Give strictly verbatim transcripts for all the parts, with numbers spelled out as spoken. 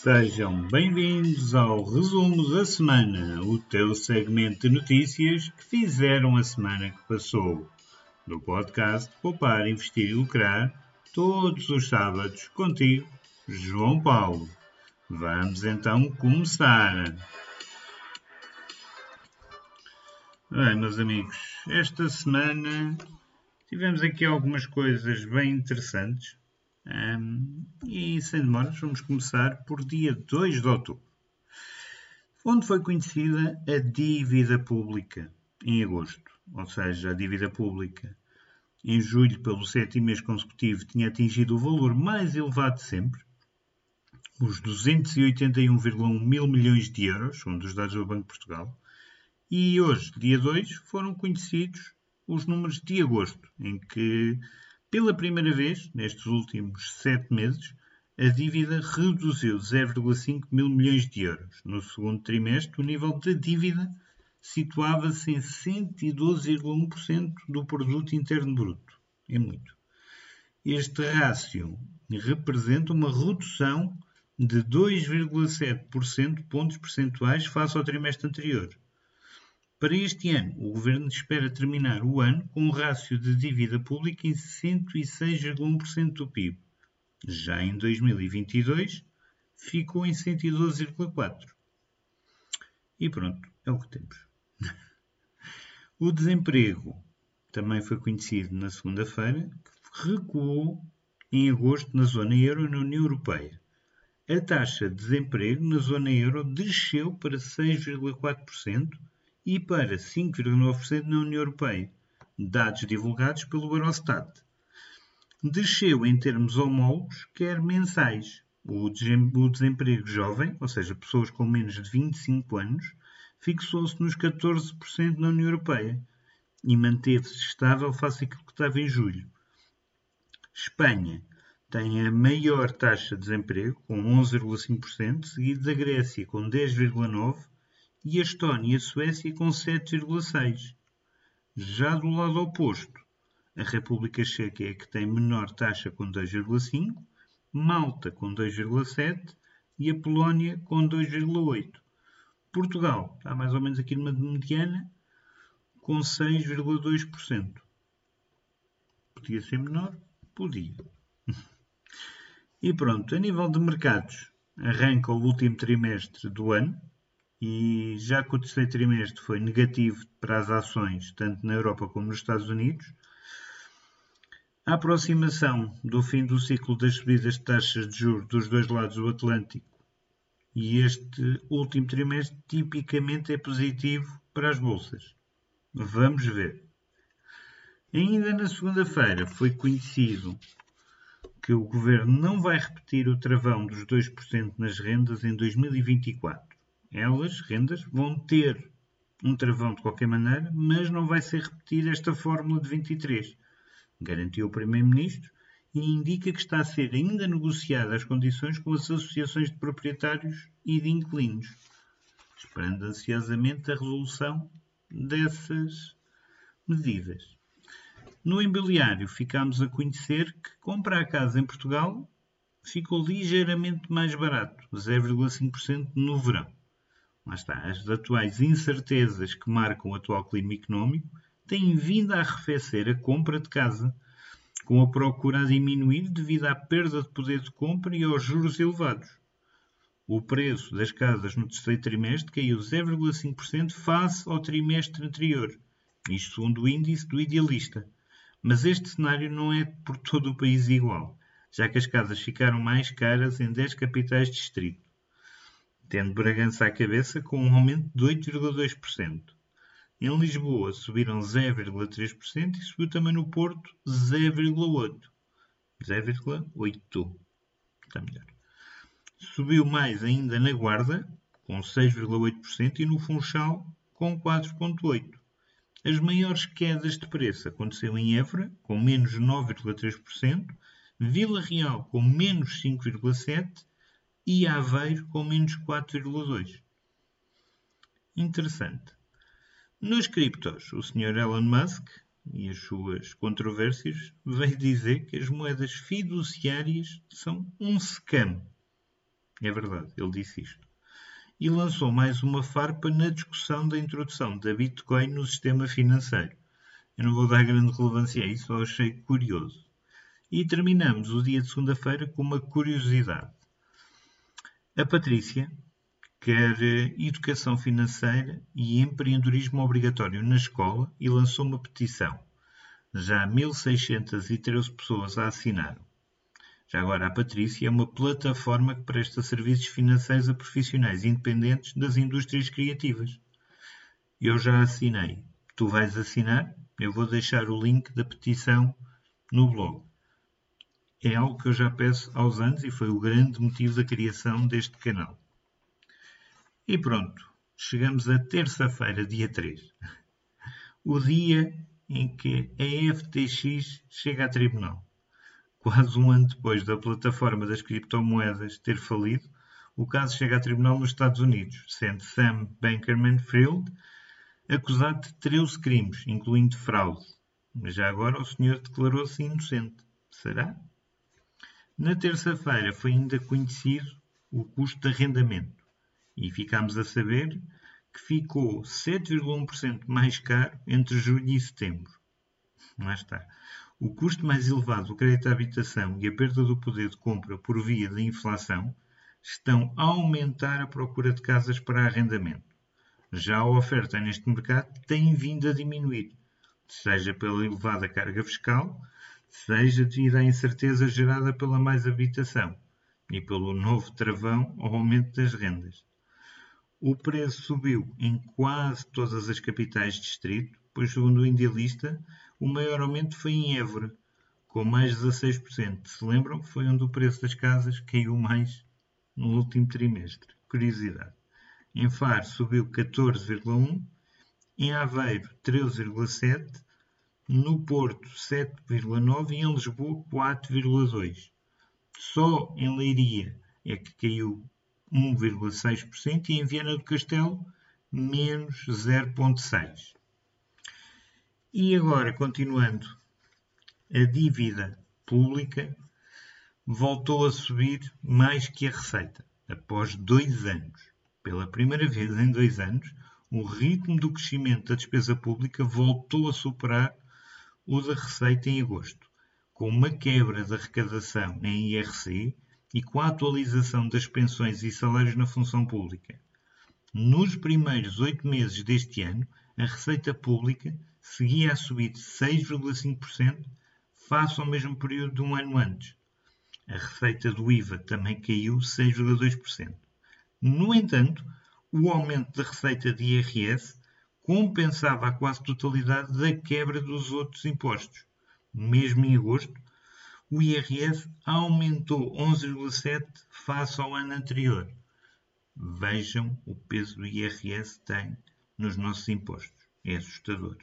Sejam bem-vindos ao Resumo da Semana, o teu segmento de notícias que fizeram a semana que passou. No podcast Poupar, Investir e Lucrar, todos os sábados, contigo, João Paulo. Vamos então começar. Bem, meus amigos, esta semana tivemos aqui algumas coisas bem interessantes. Um, e sem demoras vamos começar por dia dois de outubro, onde foi conhecida a dívida pública em agosto, ou seja, a dívida pública em julho, pelo sétimo mês consecutivo, tinha atingido o valor mais elevado de sempre, os duzentos e oitenta e um vírgula um mil milhões de euros, segundo os dados do Banco de Portugal, e hoje, dia dois, foram conhecidos os números de agosto, em que pela primeira vez, nestes últimos sete meses, a dívida reduziu zero vírgula cinco mil milhões de euros. No segundo trimestre, o nível de dívida situava-se em cento e doze vírgula um por cento do produto interno bruto. É muito. Este rácio representa uma redução de dois vírgula sete por cento pontos percentuais face ao trimestre anterior. Para este ano, o Governo espera terminar o ano com um rácio de dívida pública em cento e seis vírgula um por cento do P I B. Já em dois mil e vinte e dois, ficou em cento e doze vírgula quatro por cento. E pronto, é o que temos. O desemprego também foi conhecido na segunda-feira, que recuou em agosto na zona euro e na União Europeia. A taxa de desemprego na zona euro desceu para seis vírgula quatro por cento e para cinco vírgula nove por cento na União Europeia, dados divulgados pelo Eurostat. Desceu em termos homólogos, quer mensais. O desemprego jovem, ou seja, pessoas com menos de vinte e cinco anos, fixou-se nos catorze por cento na União Europeia e manteve-se estável face àquilo que estava em julho. Espanha tem a maior taxa de desemprego, com onze vírgula cinco por cento, seguido da Grécia, com dez vírgula nove por cento, e a Estónia e a Suécia com sete vírgula seis por cento. Já do lado oposto, a República Checa é a que tem menor taxa com dois vírgula cinco por cento, Malta com dois vírgula sete por cento e a Polónia com dois vírgula oito por cento. Portugal está mais ou menos aqui numa mediana com seis vírgula dois por cento. Podia ser menor? Podia. E pronto, a nível de mercados, arranca o último trimestre do ano, e já que o terceiro trimestre foi negativo para as ações, tanto na Europa como nos Estados Unidos, a aproximação do fim do ciclo das subidas de taxas de juros dos dois lados do Atlântico e este último trimestre tipicamente é positivo para as bolsas. Vamos ver. Ainda na segunda-feira foi conhecido que o Governo não vai repetir o travão dos dois por cento nas rendas em dois mil e vinte e quatro. Elas, rendas, vão ter um travão de qualquer maneira, mas não vai ser repetida esta fórmula de vinte e três. Garantiu o Primeiro-Ministro e indica que está a ser ainda negociada as condições com as associações de proprietários e de inquilinos, esperando ansiosamente a resolução dessas medidas. No imobiliário, ficámos a conhecer que comprar a casa em Portugal ficou ligeiramente mais barato, zero vírgula cinco por cento no verão. Lá está, as atuais incertezas que marcam o atual clima económico têm vindo a arrefecer a compra de casa, com a procura a diminuir devido à perda de poder de compra e aos juros elevados. O preço das casas no terceiro trimestre caiu zero vírgula cinco por cento face ao trimestre anterior, isto segundo o índice do Idealista. Mas este cenário não é por todo o país igual, já que as casas ficaram mais caras em dez capitais de distrito, tendo Bragança à cabeça com um aumento de oito vírgula dois por cento. Em Lisboa subiram zero vírgula três por cento e subiu também no Porto zero vírgula oito por cento. zero vírgula oito por cento. Está melhor. Subiu mais ainda na Guarda, com seis vírgula oito por cento, e no Funchal, com quatro vírgula oito por cento. As maiores quedas de preço aconteceram em Évora, com menos nove vírgula três por cento, Vila Real, com menos cinco vírgula sete por cento e Aveiro, com menos quatro vírgula dois por cento. Interessante. Nos criptos, o senhor Elon Musk e as suas controvérsias veio dizer que as moedas fiduciárias são um scam. É verdade, ele disse isto. E lançou mais uma farpa na discussão da introdução da Bitcoin no sistema financeiro. Eu não vou dar grande relevância a isso, só achei curioso. E terminamos o dia de segunda-feira com uma curiosidade. A Patrícia quer educação financeira e empreendedorismo obrigatório na escola e lançou uma petição. Já mil seiscentas e treze pessoas a assinaram. Já agora, a Patrícia é uma plataforma que presta serviços financeiros a profissionais independentes das indústrias criativas. Eu já assinei. Tu vais assinar? Eu vou deixar o link da petição no blog. É algo que eu já peço há uns anos e foi o grande motivo da criação deste canal. E pronto, chegamos a terça-feira, dia três. O dia em que a F T X chega a tribunal. Quase um ano depois da plataforma das criptomoedas ter falido, o caso chega a tribunal nos Estados Unidos, sendo Sam Bankman-Fried acusado de treze crimes, incluindo fraude. Mas já agora o senhor declarou-se inocente. Será? Na terça-feira foi ainda conhecido o custo de arrendamento e ficámos a saber que ficou sete vírgula um por cento mais caro entre julho e setembro. Lá está. O custo mais elevado do crédito à habitação e a perda do poder de compra por via da inflação estão a aumentar a procura de casas para arrendamento. Já a oferta neste mercado tem vindo a diminuir, seja pela elevada carga fiscal, seja devido à incerteza gerada pela mais habitação e pelo novo travão ao aumento das rendas. O preço subiu em quase todas as capitais de distrito, pois, segundo o Idealista, o maior aumento foi em Évora, com mais de dezasseis por cento. Se lembram, foi onde o preço das casas caiu mais no último trimestre. Curiosidade. Em Faro subiu catorze vírgula um por cento, em Aveiro treze vírgula sete por cento, no Porto sete vírgula nove por cento e em Lisboa quatro vírgula dois por cento. Só em Leiria é que caiu um vírgula seis por cento e em Viana do Castelo menos zero vírgula seis por cento. E agora, continuando, a dívida pública voltou a subir mais que a receita, após dois anos. Pela primeira vez em dois anos, o ritmo do crescimento da despesa pública voltou a superar o da receita em agosto, com uma quebra da arrecadação em I R C e com a atualização das pensões e salários na função pública. Nos primeiros oito meses deste ano, a receita pública seguia a subir de seis vírgula cinco por cento face ao mesmo período de um ano antes. A receita do I V A também caiu seis vírgula dois por cento. No entanto, o aumento da receita de I R S compensava a quase totalidade da quebra dos outros impostos. Mesmo em agosto, o I R S aumentou onze vírgula sete por cento face ao ano anterior. Vejam o peso do I R S tem nos nossos impostos. É assustador.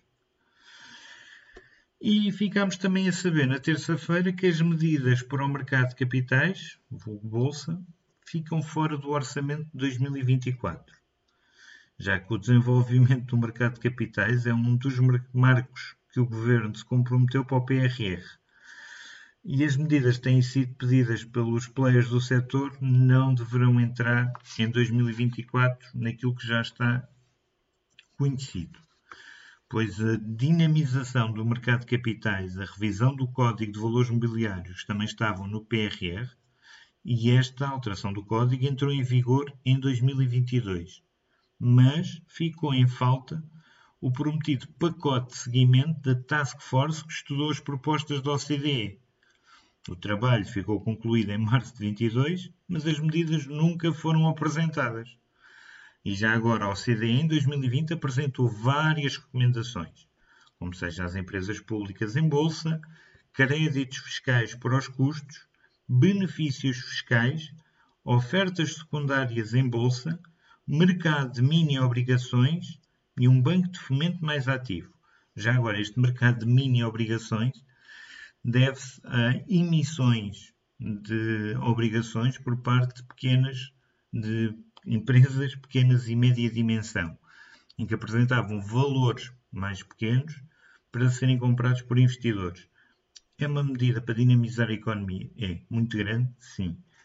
E ficámos também a saber na terça-feira que as medidas para o mercado de capitais, vulgo Bolsa, ficam fora do orçamento de dois mil e vinte e quatro, já que o desenvolvimento do mercado de capitais é um dos marcos que o Governo se comprometeu para o P R R. E as medidas que têm sido pedidas pelos players do setor não deverão entrar em dois mil e vinte e quatro naquilo que já está conhecido, pois a dinamização do mercado de capitais, a revisão do Código de Valores Mobiliários também estavam no P R R e esta alteração do Código entrou em vigor em dois mil e vinte e dois, mas ficou em falta o prometido pacote de seguimento da Task Force que estudou as propostas da O C D E. O trabalho ficou concluído em março de vinte e dois, mas as medidas nunca foram apresentadas. E já agora a O C D E em dois mil e vinte apresentou várias recomendações, como seja as empresas públicas em bolsa, créditos fiscais para os custos, benefícios fiscais, ofertas secundárias em bolsa, mercado de mini-obrigações e um banco de fomento mais ativo. Já agora este mercado de mini-obrigações deve-se a emissões de obrigações por parte de pequenas de empresas pequenas e média dimensão, em que apresentavam valores mais pequenos para serem comprados por investidores. É uma medida para dinamizar a economia? É muito grande? Sim.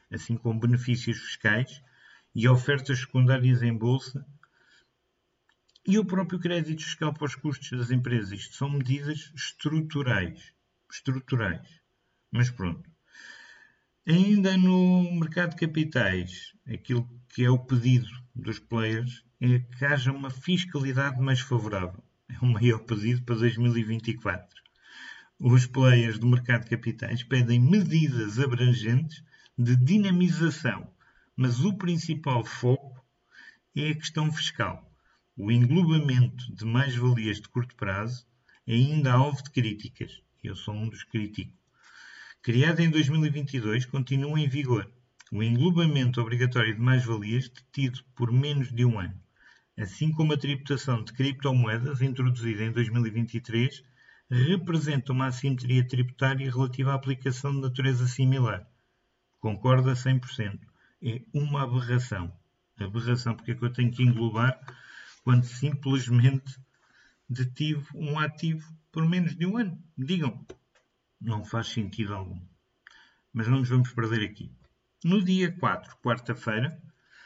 assim como benefícios fiscais e ofertas secundárias em bolsa e o próprio crédito fiscal para os custos das empresas. Isto são medidas estruturais. Estruturais. Mas pronto. Ainda no mercado de capitais, aquilo que é o pedido dos players é que haja uma fiscalidade mais favorável. É o maior pedido para dois mil e vinte e quatro. Os players do mercado de capitais pedem medidas abrangentes de dinamização, mas o principal foco é a questão fiscal. O englobamento de mais-valias de curto prazo é ainda alvo de críticas. Eu sou um dos críticos. Criado em dois mil e vinte e dois, continua em vigor o englobamento obrigatório de mais-valias detido por menos de um ano, assim como a tributação de criptomoedas, introduzida em dois mil e vinte e três, representa uma assimetria tributária relativa à aplicação de natureza similar. Concordo a cem por cento. É uma aberração. Aberração, porque é que eu tenho que englobar quando simplesmente detive um ativo por menos de um ano? Digam. Não faz sentido algum. Mas não nos vamos perder aqui. No dia quatro, quarta-feira,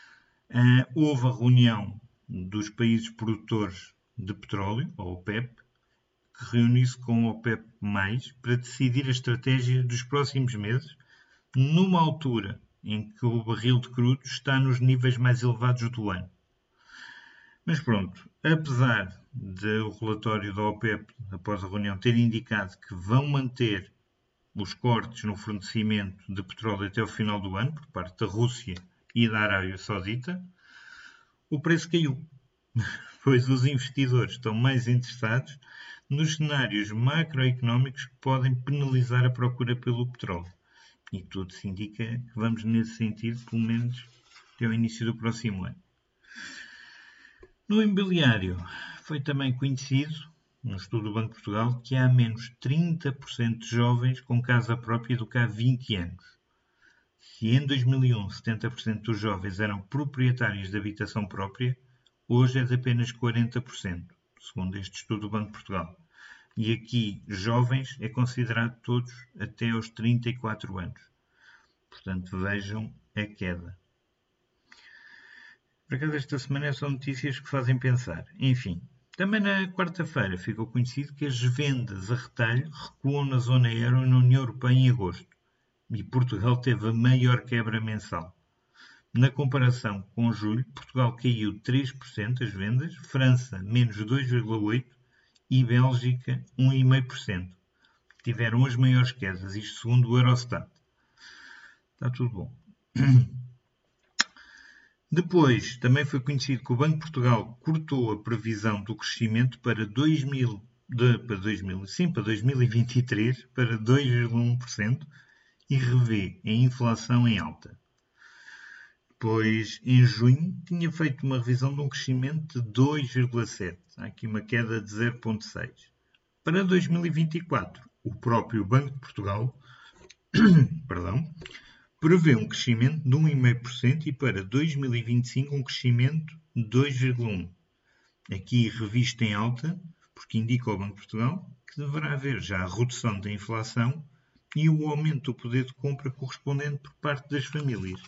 houve a reunião dos países produtores de petróleo, a OPEP, que reuniu-se com a OPEP+, para decidir a estratégia dos próximos meses, numa altura em que o barril de crudo está nos níveis mais elevados do ano. Mas pronto, apesar do relatório da OPEP, após a reunião, ter indicado que vão manter os cortes no fornecimento de petróleo até o final do ano, por parte da Rússia e da Arábia Saudita, o preço caiu, pois os investidores estão mais interessados nos cenários macroeconómicos que podem penalizar a procura pelo petróleo. E tudo se indica que vamos nesse sentido, pelo menos até o início do próximo ano. No imobiliário, foi também conhecido, no estudo do Banco de Portugal, que há menos trinta por cento de jovens com casa própria do que há vinte anos. Se em dois mil e um setenta por cento dos jovens eram proprietários de habitação própria, hoje é de apenas quarenta por cento, segundo este estudo do Banco de Portugal. E aqui, jovens é considerado todos até aos trinta e quatro anos. Portanto, vejam a queda. Por acaso, esta semana são notícias que fazem pensar. Enfim, também na quarta-feira ficou conhecido que as vendas a retalho recuam na zona euro e na União Europeia em agosto. E Portugal teve a maior quebra mensal. Na comparação com julho, Portugal caiu três por cento as vendas, França menos dois vírgula oito por cento e Bélgica um vírgula cinco por cento. Tiveram as maiores quedas, isto segundo o Eurostat. Está tudo bom. Depois, também foi conhecido que o Banco de Portugal cortou a previsão do crescimento para, dois mil, de, para, dois mil, sim, para dois mil e vinte e três para dois vírgula um por cento e revê a inflação em alta. Pois, em junho, tinha feito uma revisão de um crescimento de dois vírgula sete por cento. Há aqui uma queda de zero vírgula seis por cento. Para dois mil e vinte e quatro, o próprio Banco de Portugal perdão, prevê um crescimento de um vírgula cinco por cento e para dois mil e vinte e cinco um crescimento de dois vírgula um por cento. Aqui revista em alta, porque indica ao Banco de Portugal que deverá haver já a redução da inflação e o aumento do poder de compra correspondente por parte das famílias.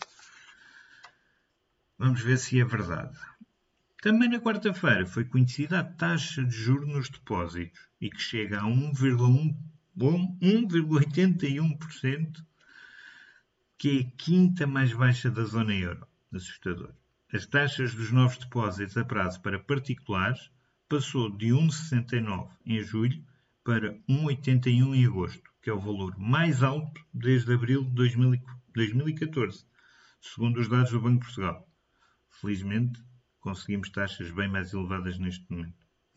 Vamos ver se é verdade. Também na quarta-feira foi conhecida a taxa de juros nos depósitos e que chega a um vírgula oitenta e um por cento, que é a quinta mais baixa da zona euro. Assustador. As taxas dos novos depósitos a prazo para particulares passou de um vírgula sessenta e nove por cento em julho para um vírgula oitenta e um por cento em agosto, que é o valor mais alto desde abril de dois mil e catorze, segundo os dados do Banco de Portugal. Felizmente, conseguimos taxas bem mais elevadas neste momento.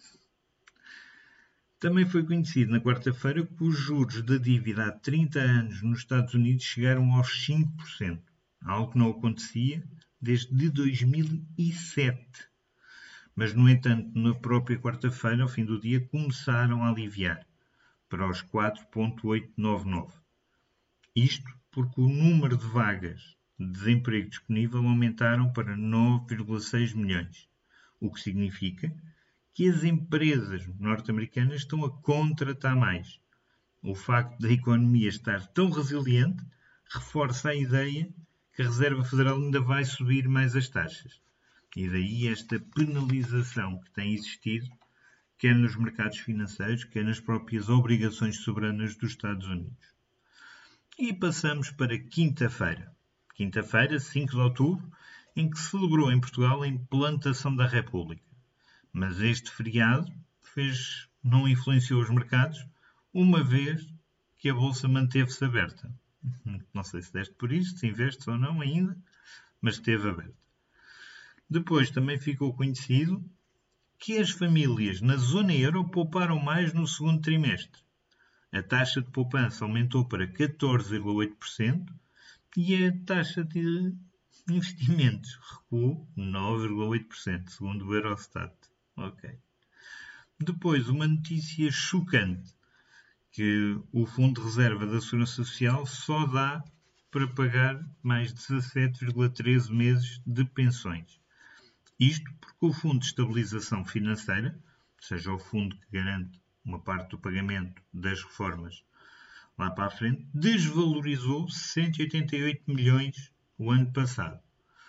Também foi conhecido na quarta-feira que os juros da dívida há trinta anos nos Estados Unidos chegaram aos cinco por cento, algo que não acontecia desde dois mil e sete. Mas, no entanto, na própria quarta-feira, ao fim do dia, começaram a aliviar para os quatro vírgula oitocentos e noventa e nove. Isto porque o número de vagas de desemprego disponível aumentaram para nove vírgula seis milhões, o que significa que as empresas norte-americanas estão a contratar mais. O facto da economia estar tão resiliente reforça a ideia que a Reserva Federal ainda vai subir mais as taxas. E daí esta penalização que tem existido, quer nos mercados financeiros, quer nas próprias obrigações soberanas dos Estados Unidos. E passamos para quinta-feira. Quinta-feira, cinco de outubro, em que se celebrou em Portugal a implantação da República. Mas este feriado fez, não influenciou os mercados, uma vez que a Bolsa manteve-se aberta. Não sei se deste por isto, se investes ou não ainda, mas esteve aberta. Depois também ficou conhecido que as famílias na zona euro pouparam mais no segundo trimestre. A taxa de poupança aumentou para catorze vírgula oito por cento e a taxa de investimentos recuou nove vírgula oito por cento, segundo o Eurostat. Okay. Depois, uma notícia chocante, que o Fundo de Reserva da Segurança Social só dá para pagar mais dezassete vírgula treze meses de pensões. Isto porque o Fundo de Estabilização Financeira, ou seja, o fundo que garante uma parte do pagamento das reformas lá para a frente, desvalorizou cento e oitenta e oito milhões o ano passado.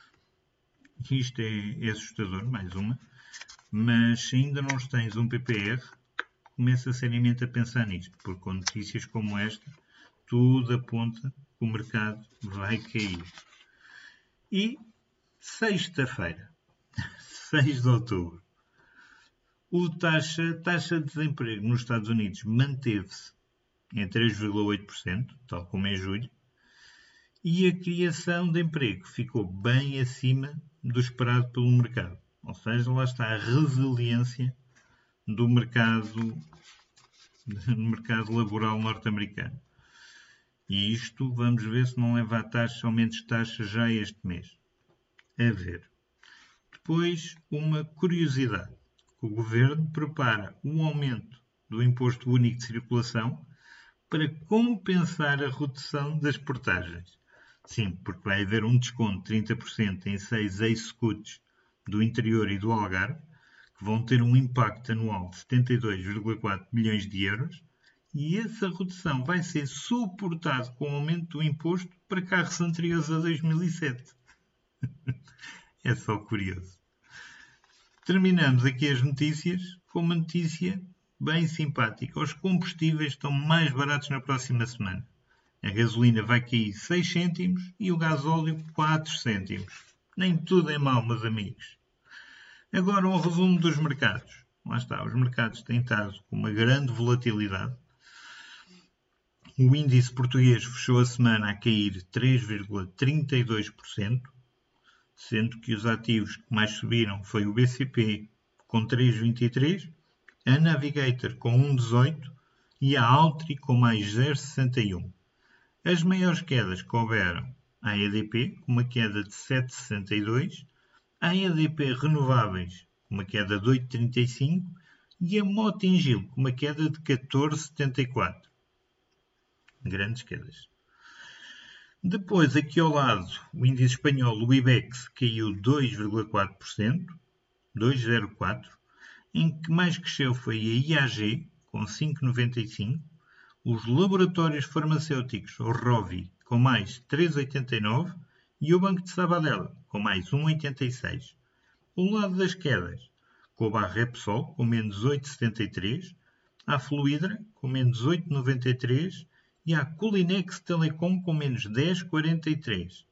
Isto é, é assustador, mais uma. Mas se ainda não tens um P P R, começa seriamente a pensar nisto, porque com notícias como esta, tudo aponta que o mercado vai cair. E sexta-feira, seis de outubro, a taxa, taxa de desemprego nos Estados Unidos manteve-se em três vírgula oito por cento, tal como em julho, e a criação de emprego ficou bem acima do esperado pelo mercado. Ou seja, lá está a resiliência do mercado, do mercado laboral norte-americano. E isto, vamos ver se não leva a taxa, aumentos de taxa já este mês. A ver. Depois, uma curiosidade. O Governo prepara um aumento do Imposto Único de Circulação para compensar a redução das portagens. Sim, porque vai haver um desconto de trinta por cento em seis ex-scuts do interior e do Algarve, que vão ter um impacto anual de setenta e dois vírgula quatro milhões de euros, e essa redução vai ser suportada com o aumento do imposto para carros anteriores a dois mil e sete. É só curioso. Terminamos aqui as notícias com uma notícia bem simpática. Os combustíveis estão mais baratos na próxima semana. A gasolina vai cair seis cêntimos e o gasóleo quatro cêntimos. Nem tudo é mau, meus amigos. Agora um resumo dos mercados. Lá está, os mercados têm estado com uma grande volatilidade. O índice português fechou a semana a cair três vírgula trinta e dois por cento, sendo que os ativos que mais subiram foi o B C P com três vírgula vinte e três por cento, a Navigator com um vírgula dezoito por cento e a Altri com mais zero vírgula sessenta e um por cento. As maiores quedas couberam a E D P, com uma queda de sete vírgula sessenta e dois por cento, a E D P Renováveis, com uma queda de oito vírgula trinta e cinco por cento, e a Mota-Engil, com uma queda de catorze vírgula setenta e quatro por cento. Grandes quedas. Depois, aqui ao lado, o índice espanhol, o IBEX, caiu dois vírgula quatro por cento, dois vírgula zero quatro por cento. Em que mais cresceu foi a I A G, com cinco vírgula noventa e cinco por cento. Os laboratórios farmacêuticos, o Rovi, com mais três vírgula oitenta e nove por cento. E o Banco de Sabadell, com mais um vírgula oitenta e seis por cento. O lado das quedas, com a Repsol, com menos oito vírgula setenta e três por cento. A Fluidra, com menos oito vírgula noventa e três por cento. E a Colinex Telecom com menos dez vírgula quarenta e três por cento.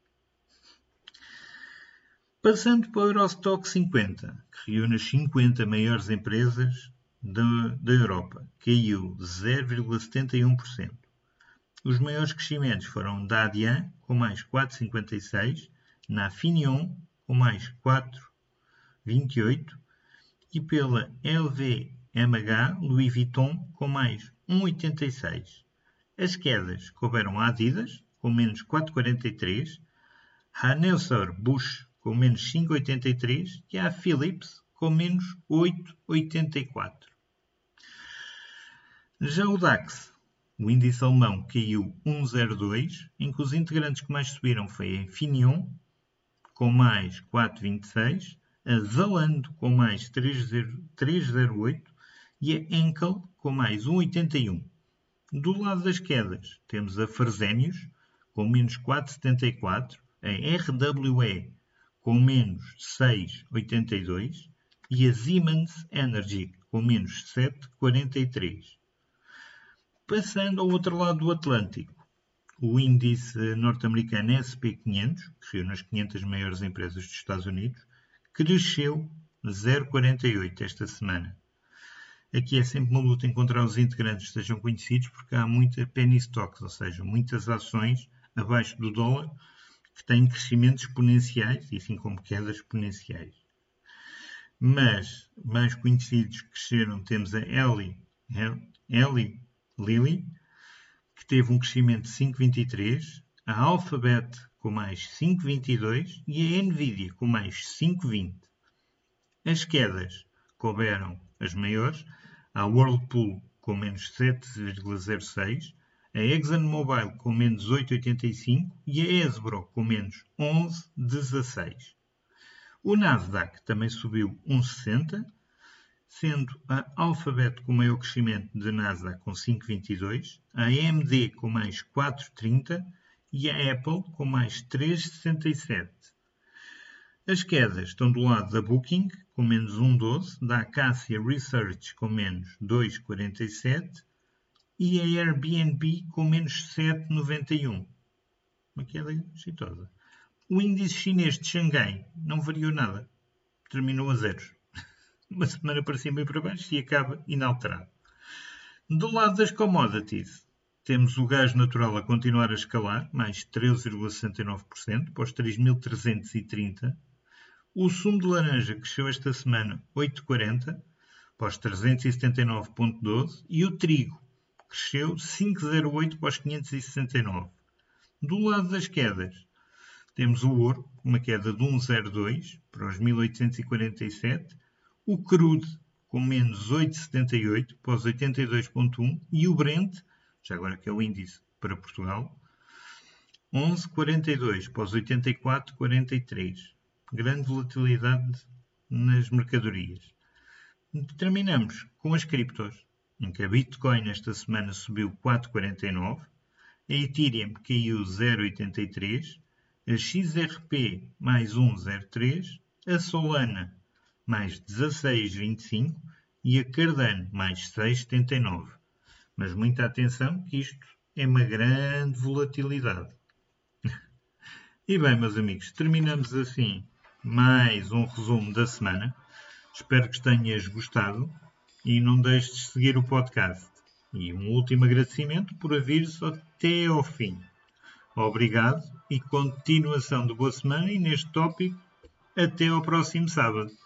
Passando para o Eurostock cinquenta, que reúne as cinquenta maiores empresas da, da Europa, caiu zero vírgula setenta e um por cento. Os maiores crescimentos foram da Adian, com mais quatro vírgula cinquenta e seis por cento, na Finion, com mais quatro vírgula vinte e oito por cento, e pela L V M H Louis Vuitton, com mais um vírgula oitenta e seis por cento. As quedas couberam a Adidas, com menos quatro vírgula quarenta e três por cento, a Anheuser-Busch, com menos cinco vírgula oitenta e três por cento, e a Philips, com menos oito vírgula oitenta e quatro por cento. Já o DAX, o índice alemão, caiu um vírgula zero dois por cento, em que os integrantes que mais subiram foi a Infineon, com mais quatro vírgula vinte e seis por cento, a Zalando, com mais três vírgula zero oito por cento, e a Henkel, com mais um vírgula oitenta e um por cento. Do lado das quedas, temos a Fresenius, com menos quatro vírgula setenta e quatro por cento, a R W E com menos seis vírgula oitenta e dois e a Siemens Energy com menos sete vírgula quarenta e três. Passando ao outro lado do Atlântico, o índice norte-americano S P quinhentos, que reúne as quinhentas maiores empresas dos Estados Unidos, cresceu zero vírgula quarenta e oito esta semana. Aqui é sempre uma luta encontrar os integrantes que sejam conhecidos, porque há muita penny stocks, ou seja, muitas ações abaixo do dólar que têm crescimentos exponenciais, e assim como quedas exponenciais. Mas, mais conhecidos que cresceram, temos a Eli, Eli Lilly, que teve um crescimento de cinco vírgula vinte e três, a Alphabet com mais cinco vírgula vinte e dois e a Nvidia com mais cinco vírgula vinte. As quedas couberam as maiores, a Whirlpool com menos sete vírgula zero seis, a ExxonMobil com menos oito vírgula oitenta e cinco e a Hasbro com menos onze vírgula dezasseis. O Nasdaq também subiu um vírgula sessenta, sendo a Alphabet com maior crescimento de Nasdaq com cinco vírgula vinte e dois, a A M D com mais quatro vírgula trinta e a Apple com mais três vírgula sessenta e sete. As quedas estão do lado da Booking, com menos um vírgula doze, da Acacia Research com menos dois vírgula quarenta e sete e a Airbnb com menos sete vírgula noventa e um. Uma queda exitosa. O índice chinês de Xangai não variou nada. Terminou a zeros. Uma semana para cima e para baixo e acaba inalterado. Do lado das commodities, temos o gás natural a continuar a escalar, mais treze vírgula sessenta e nove por cento, para os três mil trezentos e trinta. O sumo de laranja cresceu esta semana oito vírgula quarenta, para os trezentos e setenta e nove vírgula doze. E o trigo cresceu cinco vírgula zero oito, para os quinhentos e sessenta e nove. Do lado das quedas, temos o ouro, uma queda de um vírgula zero dois, para os mil oitocentos e quarenta e sete. O crude, com menos oito vírgula setenta e oito, para os oitenta e dois vírgula um. E o Brent, já agora que é o índice para Portugal, onze vírgula quarenta e dois, para os oitenta e quatro vírgula quarenta e três. Grande volatilidade nas mercadorias. Terminamos com as criptos, em que a Bitcoin esta semana subiu quatro vírgula quarenta e nove, a Ethereum caiu zero vírgula oitenta e três, a X R P mais um vírgula zero três, a Solana mais dezasseis vírgula vinte e cinco e a Cardano mais seis vírgula setenta e nove. Mas muita atenção que isto é uma grande volatilidade. E bem, meus amigos, terminamos assim mais um resumo da semana. Espero que tenhas gostado e não deixes de seguir o podcast. E um último agradecimento por haveres até ao fim. Obrigado e continuação de boa semana e neste tópico até ao próximo sábado.